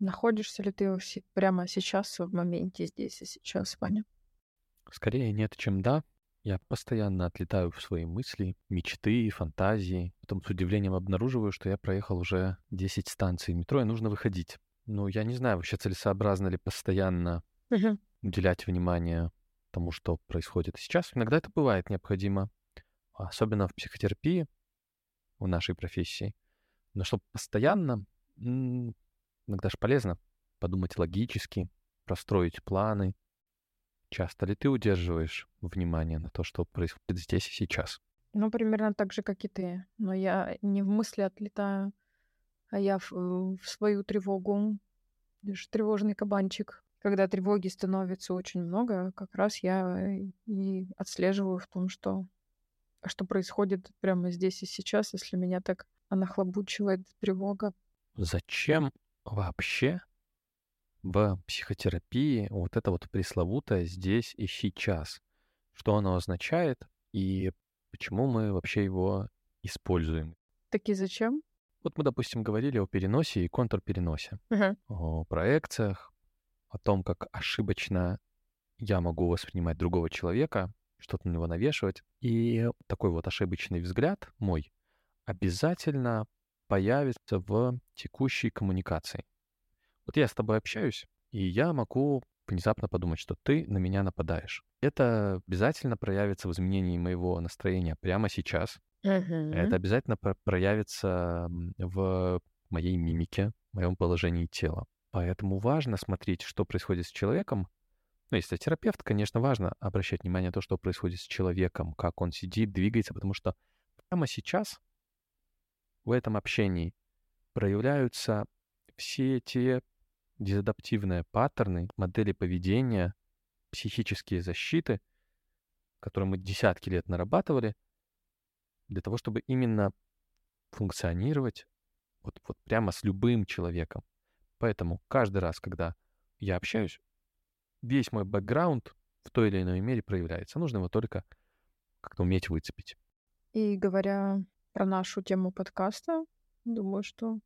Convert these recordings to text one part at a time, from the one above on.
Находишься ли ты прямо сейчас в моменте здесь и сейчас, Ваня? Скорее нет, чем да. Я постоянно отлетаю в свои мысли, мечты, фантазии. Потом с удивлением обнаруживаю, что я проехал уже 10 станций метро, и нужно выходить. Ну, я не знаю, вообще целесообразно ли постоянно Мгм. уделять внимание тому, что происходит сейчас. Иногда это бывает необходимо, особенно в психотерапии, в нашей профессии. Но чтобы постоянно, иногда же полезно подумать логически, простроить планы. Часто ли ты удерживаешь внимание на то, что происходит здесь и сейчас? Ну, примерно так же, как и ты. Но я не в мысли отлетаю, а я в свою тревогу. Я ж тревожный кабанчик. Когда тревоги становится очень много, как раз я и отслеживаю в том, что происходит прямо здесь и сейчас, если меня так нахлобучивает тревога. Зачем вообще в психотерапии вот это вот пресловутое «здесь и сейчас»? Что оно означает и почему мы вообще его используем? Таки зачем? Вот мы, допустим, говорили о переносе и контрпереносе, Мгм. о проекциях, о том, как ошибочно я могу воспринимать другого человека, что-то на него навешивать. И такой вот ошибочный взгляд мой обязательно появится в текущей коммуникации. Вот я с тобой общаюсь, и я могу внезапно подумать, что ты на меня нападаешь. Это обязательно проявится в изменении моего настроения прямо сейчас. Это Мгм. обязательно проявится в моей мимике, в моем положении тела. Поэтому важно смотреть, что происходит с человеком. Ну, если терапевт, конечно, важно обращать внимание на то, что происходит с человеком, как он сидит, двигается, потому что прямо сейчас в этом общении проявляются все те дезадаптивные паттерны, модели поведения, психические защиты, которые мы десятки лет нарабатывали для того, чтобы именно функционировать вот прямо с любым человеком. Поэтому каждый раз, когда я общаюсь, весь мой бэкграунд в той или иной мере проявляется. Нужно его только как-то уметь выцепить. И говоря про нашу тему подкаста, думаю, что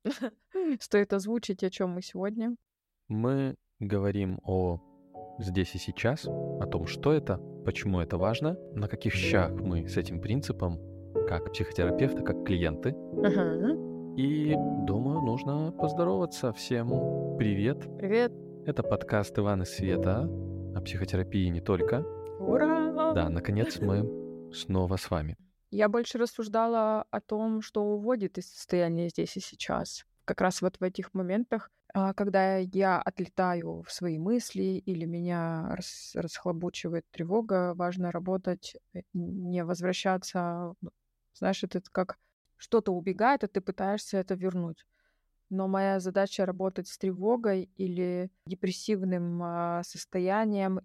стоит озвучить, о чем мы сегодня. Мы говорим о здесь и сейчас, о том, что это, почему это важно, на каких щах мы с этим принципом, как психотерапевты, как клиенты. Ага. И думаю, нужно поздороваться. Всем привет. Привет. Это подкаст «Иван и Света» о психотерапии не только. Ура! Да, наконец мы снова с вами. Я больше рассуждала о том, что уводит из состояния здесь и сейчас. Как раз вот в этих моментах, когда я отлетаю в свои мысли или меня расхлобучивает тревога, важно работать, не возвращаться. Знаешь, это как что-то убегает, а ты пытаешься это вернуть. Но моя задача работать с тревогой или депрессивным состоянием,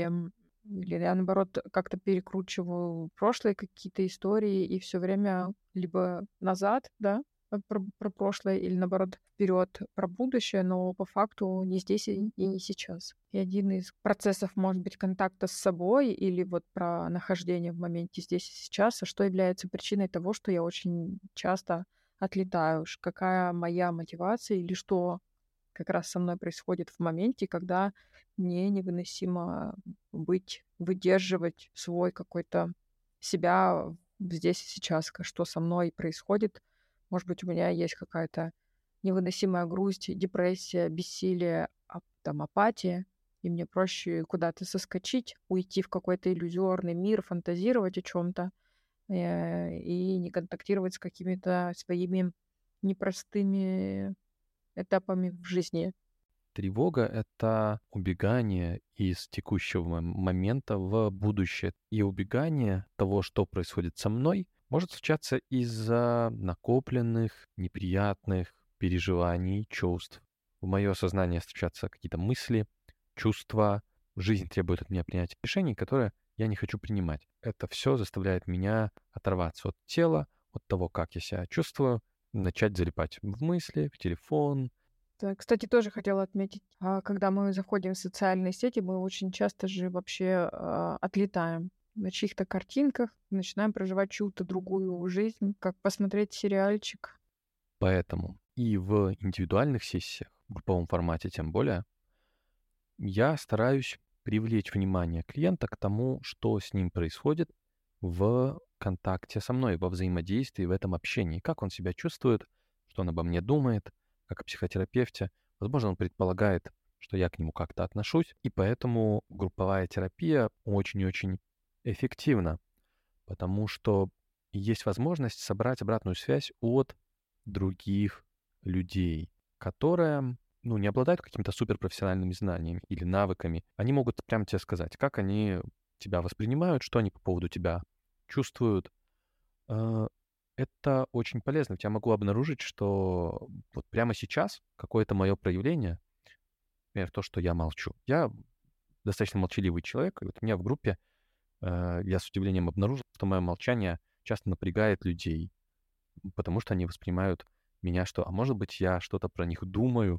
или я, наоборот, как-то перекручиваю прошлые какие-то истории и все время либо назад, да, про прошлое, или наоборот вперед про будущее, но по факту не здесь и не сейчас. И один из процессов может быть контакта с собой или вот про нахождение в моменте здесь и сейчас, а что является причиной того, что я очень часто отлетаю, какая моя мотивация или что как раз со мной происходит в моменте, когда мне невыносимо выдерживать свой какой-то себя здесь и сейчас, что со мной происходит. Может быть, у меня есть какая-то невыносимая грусть, депрессия, бессилие, там, апатия, и мне проще куда-то соскочить, уйти в какой-то иллюзорный мир, фантазировать о чем-то, и не контактировать с какими-то своими непростыми этапами в жизни. Тревога — это убегание из текущего момента в будущее. И убегание того, что происходит со мной, может случаться из-за накопленных неприятных переживаний, чувств. В мое сознание стучатся какие-то мысли, чувства. Жизнь требует от меня принятия решений, которые я не хочу принимать. Это все заставляет меня оторваться от тела, от того, как я себя чувствую, начать залипать в мысли, в телефон. Да, кстати, тоже хотела отметить, когда мы заходим в социальные сети, мы очень часто же вообще отлетаем на чьих-то картинках, начинаем проживать чью-то другую жизнь, как посмотреть сериальчик. Поэтому и в индивидуальных сессиях, в групповом формате тем более, я стараюсь привлечь внимание клиента к тому, что с ним происходит в контакте со мной, во взаимодействии, в этом общении, как он себя чувствует, что он обо мне думает, как о психотерапевте. Возможно, он предполагает, что я к нему как-то отношусь, и поэтому групповая терапия очень-очень эффективна, потому что есть возможность собрать обратную связь от других людей, которые, ну, не обладают какими-то суперпрофессиональными знаниями или навыками. Они могут прямо тебе сказать, как они тебя воспринимают, что они по поводу тебя чувствуют. Э, Это очень полезно. Я могу обнаружить, что вот прямо сейчас какое-то мое проявление, например, то, что я молчу. Я достаточно молчаливый человек, и вот у меня в группе я с удивлением обнаружил, что мое молчание часто напрягает людей, потому что они воспринимают меня, что, а может быть, я что-то про них думаю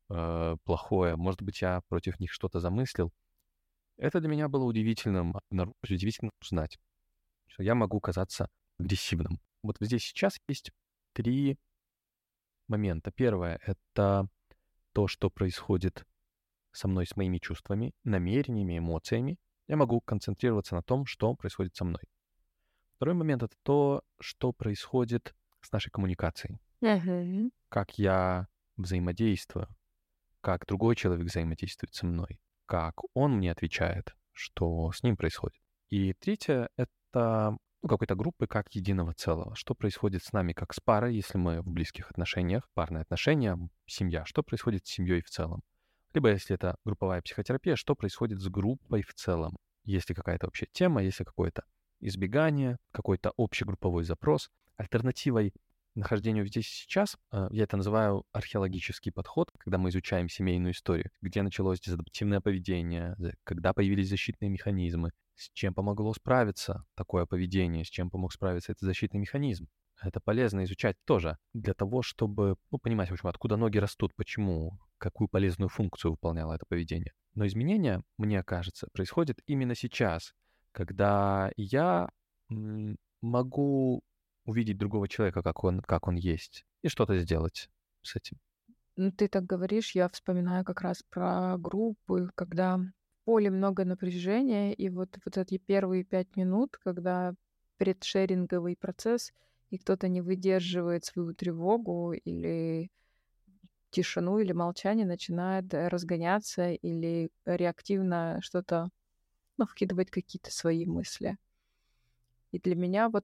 плохое, может быть, я против них что-то замыслил. Это для меня было удивительным, удивительно узнать, что я могу казаться агрессивным. Вот здесь сейчас есть 3 момента. Первое — это то, что происходит со мной, с моими чувствами, намерениями, эмоциями. Я могу концентрироваться на том, что происходит со мной. Второй момент — это то, что происходит с нашей коммуникацией. Мгм. Как я взаимодействую, как другой человек взаимодействует со мной, как он мне отвечает, что с ним происходит. И третье — это какой-то группы как единого целого. Что происходит с нами как с парой, если мы в близких отношениях, парные отношения, семья, что происходит с семьей в целом. Либо если это групповая психотерапия, что происходит с группой в целом. Есть ли какая-то общая тема, есть ли какое-то избегание, какой-то общий групповой запрос. Альтернативой нахождению здесь и сейчас, я это называю археологический подход, когда мы изучаем семейную историю, где началось дезадаптивное поведение, когда появились защитные механизмы, с чем помогло справиться такое поведение, с чем помог справиться этот защитный механизм. Это полезно изучать тоже для того, чтобы, ну, понимать, в общем, откуда ноги растут, почему, какую полезную функцию выполняло это поведение. Но изменения, мне кажется, происходят именно сейчас, когда я могу увидеть другого человека, как он есть, и что-то сделать с этим. Ну, ты так говоришь, я вспоминаю как раз про группы, когда в поле много напряжения, и вот эти первые 5 минут, когда предшеринговый процесс, и кто-то не выдерживает свою тревогу или тишину, или молчание, начинает разгоняться или реактивно что-то, ну, вкидывать какие-то свои мысли. И для меня вот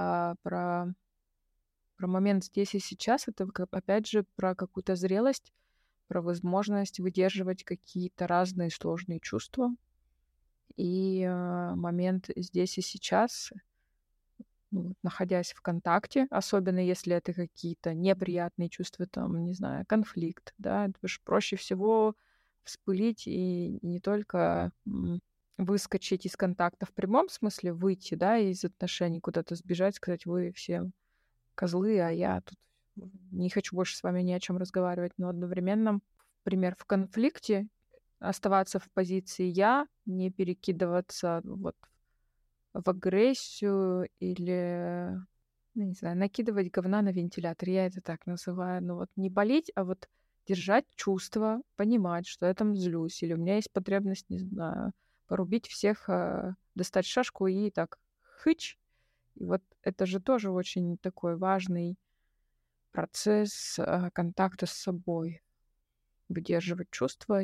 про момент здесь и сейчас это опять же про какую-то зрелость, про возможность выдерживать какие-то разные сложные чувства. И момент здесь и сейчас, ну, вот, находясь в контакте, особенно если это какие-то неприятные чувства, там, не знаю, конфликт, да, это ж проще всего вспылить и не только выскочить из контакта в прямом смысле, выйти, да, из отношений, куда-то сбежать, сказать, вы все козлы, а я тут не хочу больше с вами ни о чем разговаривать, но одновременно, например, в конфликте оставаться в позиции «я», не перекидываться вот в агрессию или, ну, не знаю, накидывать говна на вентилятор. Я это так называю. Ну вот не болеть, а вот держать чувства, понимать, что я там злюсь, или у меня есть потребность, не знаю, порубить всех, достать шашку и так хыч. И вот это же тоже очень такой важный процесс контакта с собой. Выдерживать чувства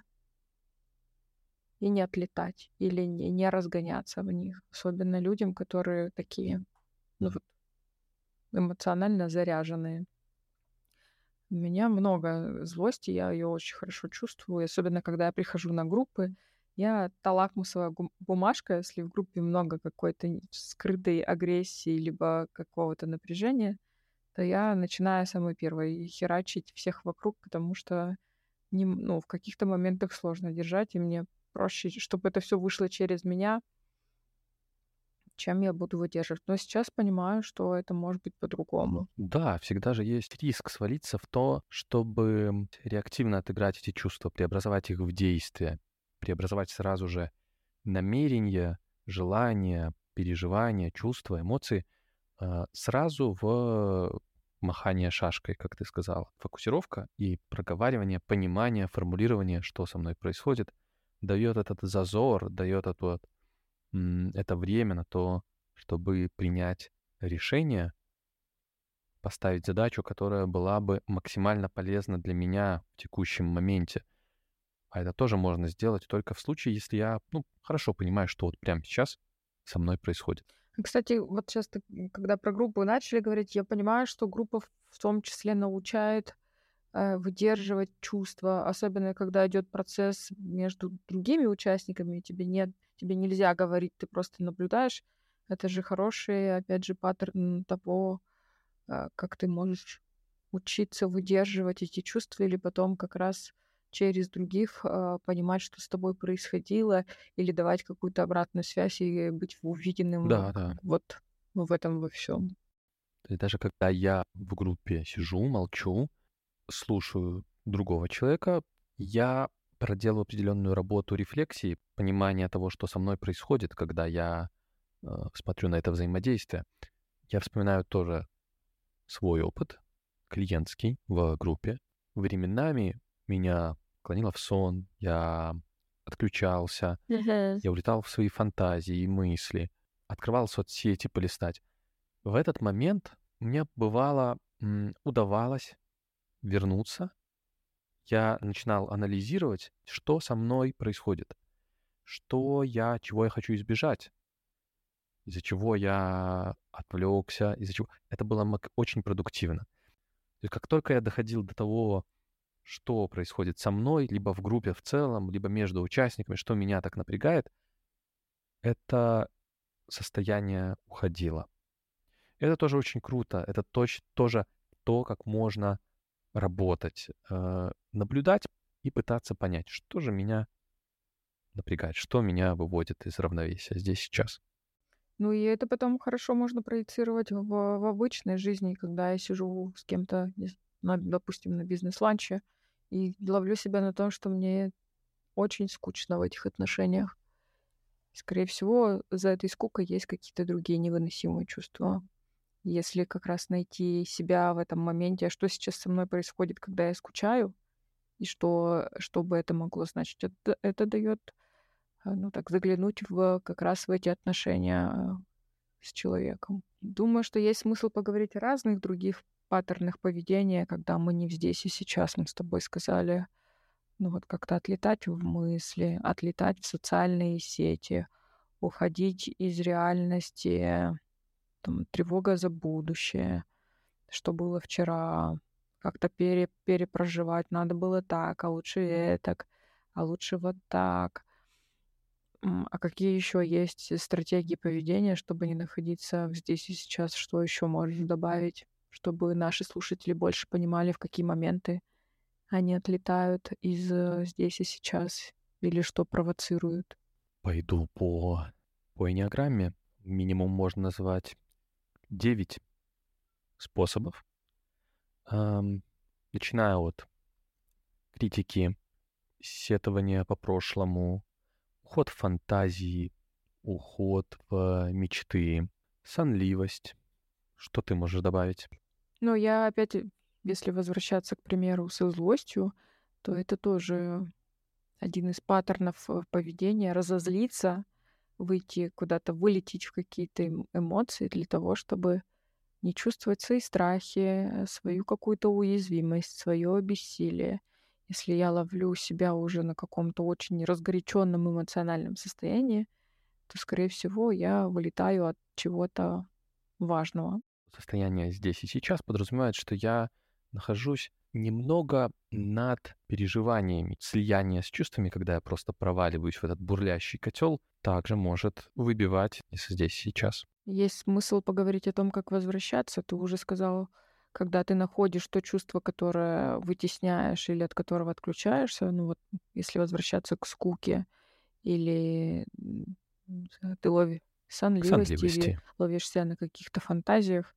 и не отлетать или не разгоняться в них. Особенно людям, которые такие, ну вот, эмоционально заряженные. У меня много злости, я ее очень хорошо чувствую. Особенно, когда я прихожу на группы, я та лакмусовая бумажка, если в группе много какой-то скрытой агрессии либо какого-то напряжения, то я начинаю самой первой херачить всех вокруг, потому что ну, в каких-то моментах сложно держать, и мне проще, чтобы это все вышло через меня, чем я буду выдерживать. Но сейчас понимаю, что это может быть по-другому. Да, всегда же есть риск свалиться в то, чтобы реактивно отыграть эти чувства, преобразовать их в действие, преобразовать сразу же намерения, желания, переживания, чувства, эмоции сразу в махание шашкой, как ты сказала. Фокусировка и проговаривание, понимание, формулирование, что со мной происходит, дает этот зазор, дает это время на то, чтобы принять решение, поставить задачу, которая была бы максимально полезна для меня в текущем моменте. А это тоже можно сделать только в случае, если я, хорошо понимаю, что вот прямо сейчас со мной происходит. Кстати, вот сейчас, когда про группу начали говорить, я понимаю, что группа в том числе научает выдерживать чувства, особенно когда идет процесс между другими участниками, и тебе нельзя говорить, ты просто наблюдаешь. Это же хороший, опять же, паттерн того, как ты можешь учиться выдерживать эти чувства или потом как раз через других понимать, что с тобой происходило, или давать какую-то обратную связь и быть увиденным Да, да. вот в этом во всем. То есть даже когда я в группе сижу, молчу, слушаю другого человека, я проделаю определенную работу рефлексии, понимания того, что со мной происходит, когда я смотрю на это взаимодействие. Я вспоминаю тоже свой опыт клиентский в группе. Временами меня клонило в сон, я отключался, Мгм. я улетал в свои фантазии и мысли, открывал соцсети полистать. В этот момент мне бывало, удавалось вернуться. Я начинал анализировать, что со мной происходит, чего я хочу избежать, из-за чего я отвлекся, из-за чего. Это было очень продуктивно. То есть как только я доходил до того, что происходит со мной, либо в группе в целом, либо между участниками, что меня так напрягает, это состояние уходило. Это тоже очень круто. Это тоже то, как можно работать, наблюдать и пытаться понять, что же меня напрягает, что меня выводит из равновесия здесь сейчас. Ну и это потом хорошо можно проецировать в обычной жизни, когда я сижу с кем-то, допустим, на бизнес-ланче, и ловлю себя на том, что мне очень скучно в этих отношениях. Скорее всего, за этой скукой есть какие-то другие невыносимые чувства. Если как раз найти себя в этом моменте, а что сейчас со мной происходит, когда я скучаю, и что бы это могло значить, это дает, ну так, заглянуть как раз в эти отношения с человеком. Думаю, что есть смысл поговорить о разных других паттернах поведения, когда мы не в здесь и сейчас, мы с тобой сказали, ну вот как-то отлетать в мысли, отлетать в социальные сети, уходить из реальности, там, тревога за будущее, что было вчера, как-то перепроживать, надо было так, а лучше так, а лучше вот так. А какие еще есть стратегии поведения, чтобы не находиться в здесь и сейчас? Что еще можно добавить, чтобы наши слушатели больше понимали, в какие моменты они отлетают из здесь и сейчас, или что провоцирует? Пойду по энеаграмме. Минимум можно назвать 9 способов. Начиная от критики, сетования по прошлому, уход в фантазии, уход в мечты, сонливость. Что ты можешь добавить? Но я опять, если возвращаться, к примеру, со злостью, то это тоже один из паттернов поведения — разозлиться, выйти куда-то, вылететь в какие-то эмоции для того, чтобы не чувствовать свои страхи, свою какую-то уязвимость, свое бессилие. Если я ловлю себя уже на каком-то очень разгоряченном эмоциональном состоянии, то, скорее всего, я вылетаю от чего-то важного. Состояние здесь и сейчас подразумевает, что я нахожусь немного над переживаниями. Слияние с чувствами, когда я просто проваливаюсь в этот бурлящий котел, также может выбивать из здесь и сейчас. Есть смысл поговорить о том, как возвращаться. Ты уже сказал, когда ты находишь то чувство, которое вытесняешь или от которого отключаешься, ну вот если возвращаться к скуке или не знаю, ты ловишь К сонливость или сонливости. ловишь себя на каких-то фантазиях,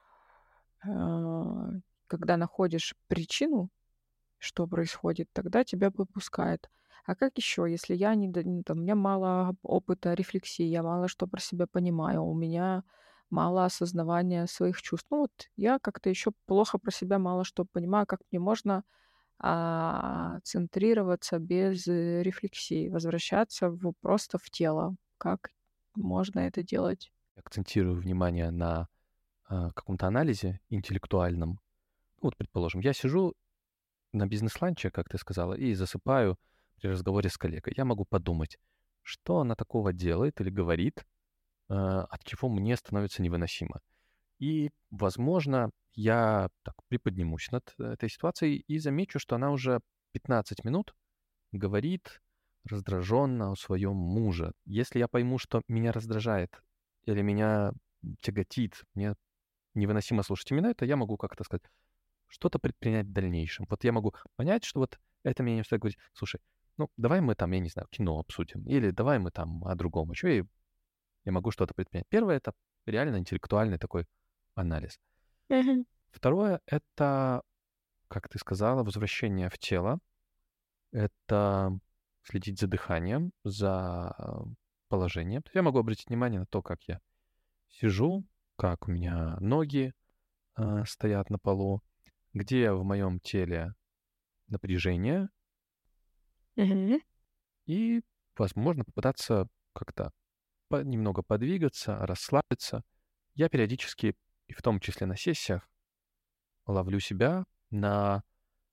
а, когда находишь причину, что происходит, тогда тебя попускает. А как еще, если у меня мало опыта рефлексии, я мало что про себя понимаю, у меня мало осознавания своих чувств. Ну вот я как-то еще плохо про себя мало что понимаю, как мне можно центрироваться без рефлексии, возвращаться просто в тело. Как можно это делать? Акцентирую внимание на каком-то анализе интеллектуальном. Вот, предположим, я сижу на бизнес-ланче, как ты сказала, и засыпаю при разговоре с коллегой. Я могу подумать, что она такого делает или говорит, от чего мне становится невыносимо. И, возможно, я так приподнимусь над этой ситуацией и замечу, что она уже 15 минут говорит раздраженно о своем муже. Если я пойму, что меня раздражает или меня тяготит, мне невыносимо слушать именно это, я могу как-то сказать, что-то предпринять в дальнейшем. Вот я могу понять, что вот это меня не всегда говорит, слушай, ну, давай мы там, я не знаю, кино обсудим, или давай мы там о другом еще, и я могу что-то предпринять. Первое — это реально интеллектуальный такой анализ. Мгм. Второе — это, как ты сказала, возвращение в тело. Это следить за дыханием, за положением. То есть я могу обратить внимание на то, как я сижу, как у меня ноги стоят на полу, где в моем теле напряжение, Мгм. и, возможно, попытаться как-то немного подвигаться, расслабиться. Я периодически, и в том числе на сессиях, ловлю себя на...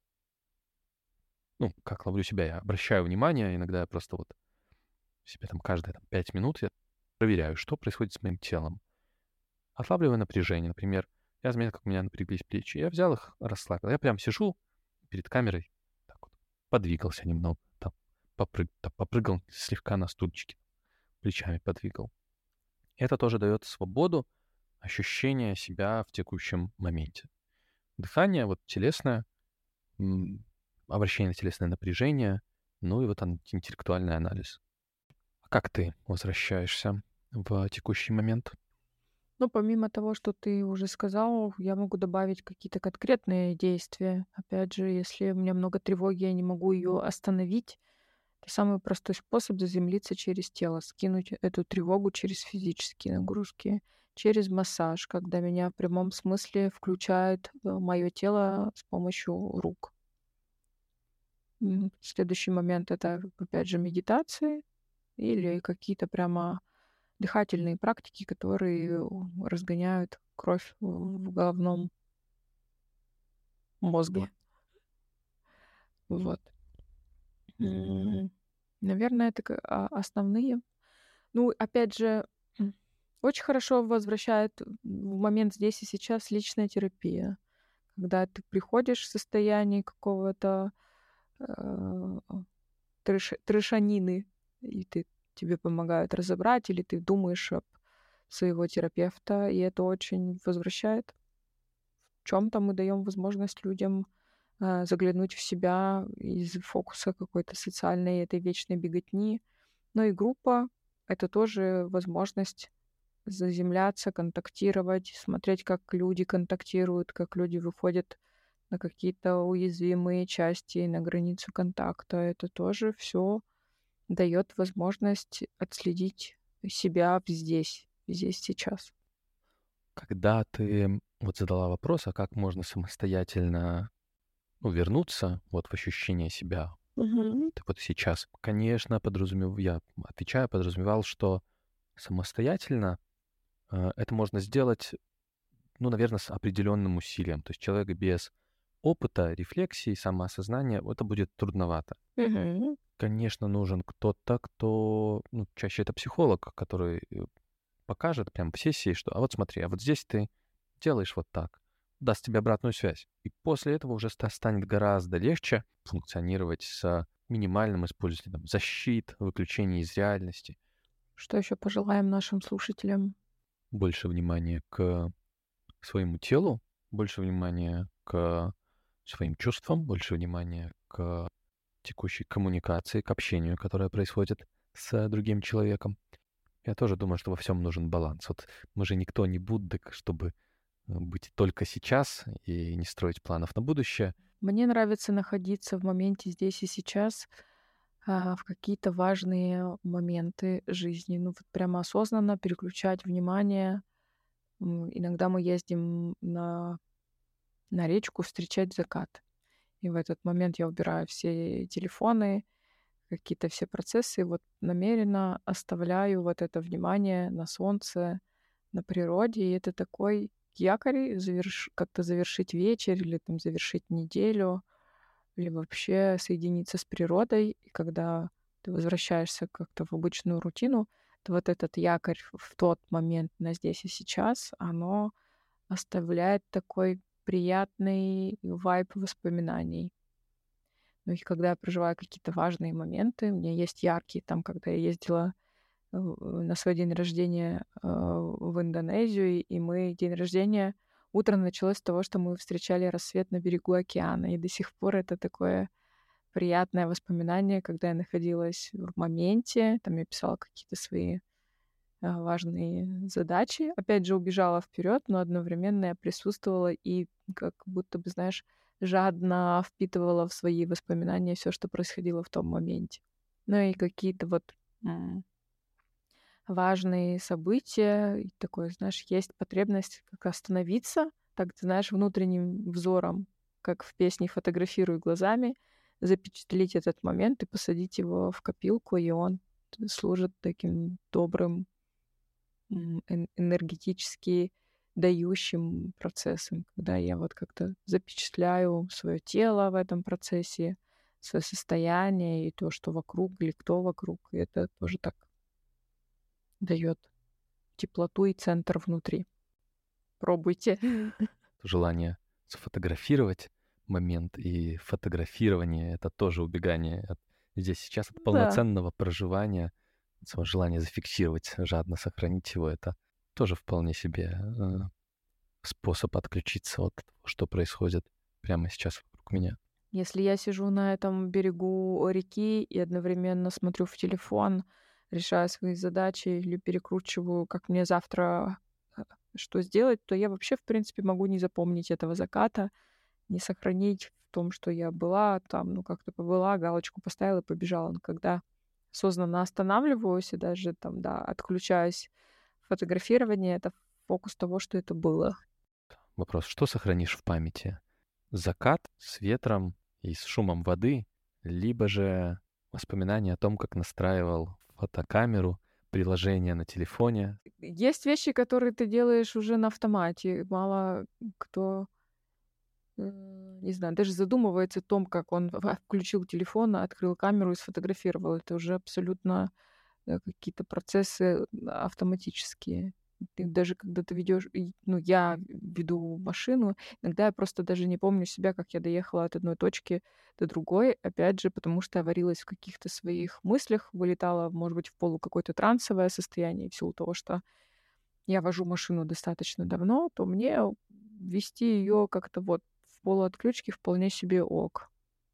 Ну, как ловлю себя? Я обращаю внимание, иногда я просто вот себе там каждые 5 минут я проверяю, что происходит с моим телом. Ослабливаю напряжение. Например, я заметил, как у меня напряглись плечи. Я взял их, расслабил. Я прям сижу перед камерой, так вот, подвигался немного, там, попрыгал слегка на стульчике, плечами подвигал. Это тоже дает свободу, ощущение себя в текущем моменте. Дыхание, вот телесное, м, обращение на телесное напряжение, ну и вот интеллектуальный анализ. А как ты возвращаешься в текущий момент? Ну, помимо того, что ты уже сказал, я могу добавить какие-то конкретные действия. Опять же, если у меня много тревоги, я не могу ее остановить. Это самый простой способ заземлиться через тело, скинуть эту тревогу через физические нагрузки, через массаж, когда меня в прямом смысле включает мое тело с помощью рук. Следующий момент — это, опять же, медитации или какие-то прямо дыхательные практики, которые разгоняют кровь в головном мозге. Вот. М, Наверное, это основные. Ну, опять же, очень хорошо возвращает в момент здесь и сейчас личная терапия. Когда ты приходишь в состояние какого-то э, трешанины, и тебе помогают разобрать, или ты думаешь об своего терапевта, и это очень возвращает. В чем-то мы даем возможность людям заглянуть в себя из фокуса какой-то социальной этой вечной беготни. Но и группа — это тоже возможность заземляться, контактировать, смотреть, как люди контактируют, как люди выходят на какие-то уязвимые части, на границу контакта. Это тоже все дает возможность отследить себя здесь, сейчас. Когда ты вот задала вопрос, а как можно самостоятельно, ну, вернуться вот в ощущение себя Мгм. ты вот сейчас, конечно, я отвечаю, подразумевал, что самостоятельно это можно сделать, ну, наверное, с определенным усилием. То есть человек без опыта, рефлексии, самоосознания, это будет трудновато. Мгм. Конечно, нужен кто-то, кто, ну, чаще это психолог, который покажет прямо в сессии, что а вот смотри, а вот здесь ты делаешь вот так, даст тебе обратную связь. И после этого уже станет гораздо легче функционировать с минимальным использованием защит, выключений из реальности, Что еще пожелаем нашим слушателям? больше внимания к своему телу, больше внимания к своим чувствам, больше внимания к текущей коммуникации, к общению, которое происходит с другим человеком. Я тоже думаю, что во всем нужен баланс. Вот мы же никто не Будды, чтобы быть только сейчас и не строить планов на будущее. Мне нравится находиться в моменте здесь и сейчас, в какие-то важные моменты жизни. Ну, вот прямо осознанно переключать внимание Иногда мы ездим на речку встречать закат. И в этот момент я убираю все телефоны, какие-то все процессы, и вот намеренно оставляю вот это внимание на солнце, на природе. И это такой якорь как-то завершить вечер или там завершить неделю, или вообще соединиться с природой. И когда ты возвращаешься как-то в обычную рутину, то вот этот якорь в тот момент на здесь и сейчас, оно оставляет такой приятный вайб воспоминаний. Ну и когда я проживаю какие-то важные моменты, у меня есть яркие, там, когда я ездила на свой день рождения в Индонезию, и мы день рождения, утро началось с того, что мы встречали рассвет на берегу океана, и до сих пор это такое приятное воспоминание, когда я находилась в моменте, там я писала какие-то свои важные задачи. Опять же, убежала вперед, но одновременно я присутствовала и как будто бы, знаешь, жадно впитывала в свои воспоминания все, что происходило в том моменте. Ну и какие-то вот важные события, и такое, знаешь, есть потребность как остановиться, так, ты знаешь, внутренним взором, как в песне «Фотографируй глазами», запечатлеть этот момент и посадить его в копилку, и он служит таким добрым энергетически дающим процессом, когда я вот как-то запечатляю свое тело в этом процессе, свое состояние и то, что вокруг или кто вокруг. И это тоже так дает теплоту и центр внутри. Пробуйте. Желание сфотографировать момент и фотографирование — это тоже убегание от здесь сейчас, от Да. полноценного проживания, от желания зафиксировать, жадно сохранить его. Это тоже вполне себе способ отключиться от того, что происходит прямо сейчас вокруг меня. Если я сижу на этом берегу реки и одновременно смотрю в телефон, решаю свои задачи или перекручиваю, как мне завтра что сделать, то я вообще, в принципе, могу не запомнить этого заката, не сохранить в том, что я была там, ну, как-то побыла, галочку поставила и побежала. Но когда осознанно останавливаюсь и даже там, да, отключаюсь фотографирование, это фокус того, что это было. Вопрос: что сохранишь в памяти? Закат с ветром и с шумом воды, либо же воспоминания о том, как настраивал фотокамеру, приложение на телефоне? Есть вещи, которые ты делаешь уже на автомате. Мало кто, не знаю, даже задумывается о том, как он включил телефон, открыл камеру и сфотографировал. Это уже абсолютно какие-то процессы автоматические. Ты даже когда ты ведешь, ну, я веду машину, иногда я просто даже не помню себя, как я доехала от одной точки до другой, опять же, потому что я варилась в каких-то своих мыслях, вылетала, может быть, в полу какое-то трансовое состояние, в силу того, что я вожу машину достаточно давно, то мне вести ее как-то вот в полуотключке вполне себе ок.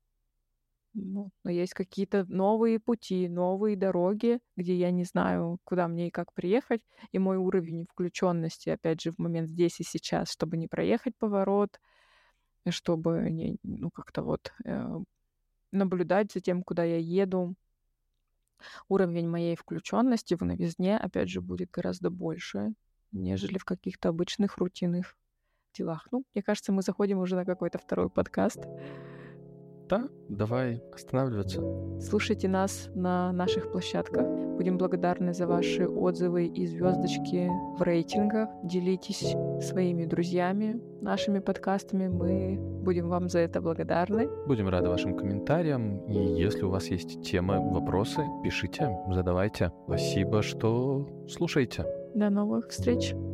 Ну, но есть какие-то новые пути, новые дороги, где я не знаю, куда мне и как приехать, и мой уровень включенности, опять же, в момент здесь и сейчас, чтобы не проехать поворот, чтобы не, ну, как-то вот наблюдать за тем, куда я еду. Уровень моей включенности в новизне, опять же, будет гораздо больше, нежели в каких-то обычных рутинных делах. Ну, мне кажется, мы заходим уже на какой-то второй подкаст. Да, давай останавливаться. Слушайте нас на наших площадках. Будем благодарны за ваши отзывы и звездочки в рейтингах. Делитесь своими друзьями нашими подкастами. Мы будем вам за это благодарны. Будем рады вашим комментариям. И если у вас есть темы, вопросы, пишите, задавайте. Спасибо, что слушаете. До новых встреч!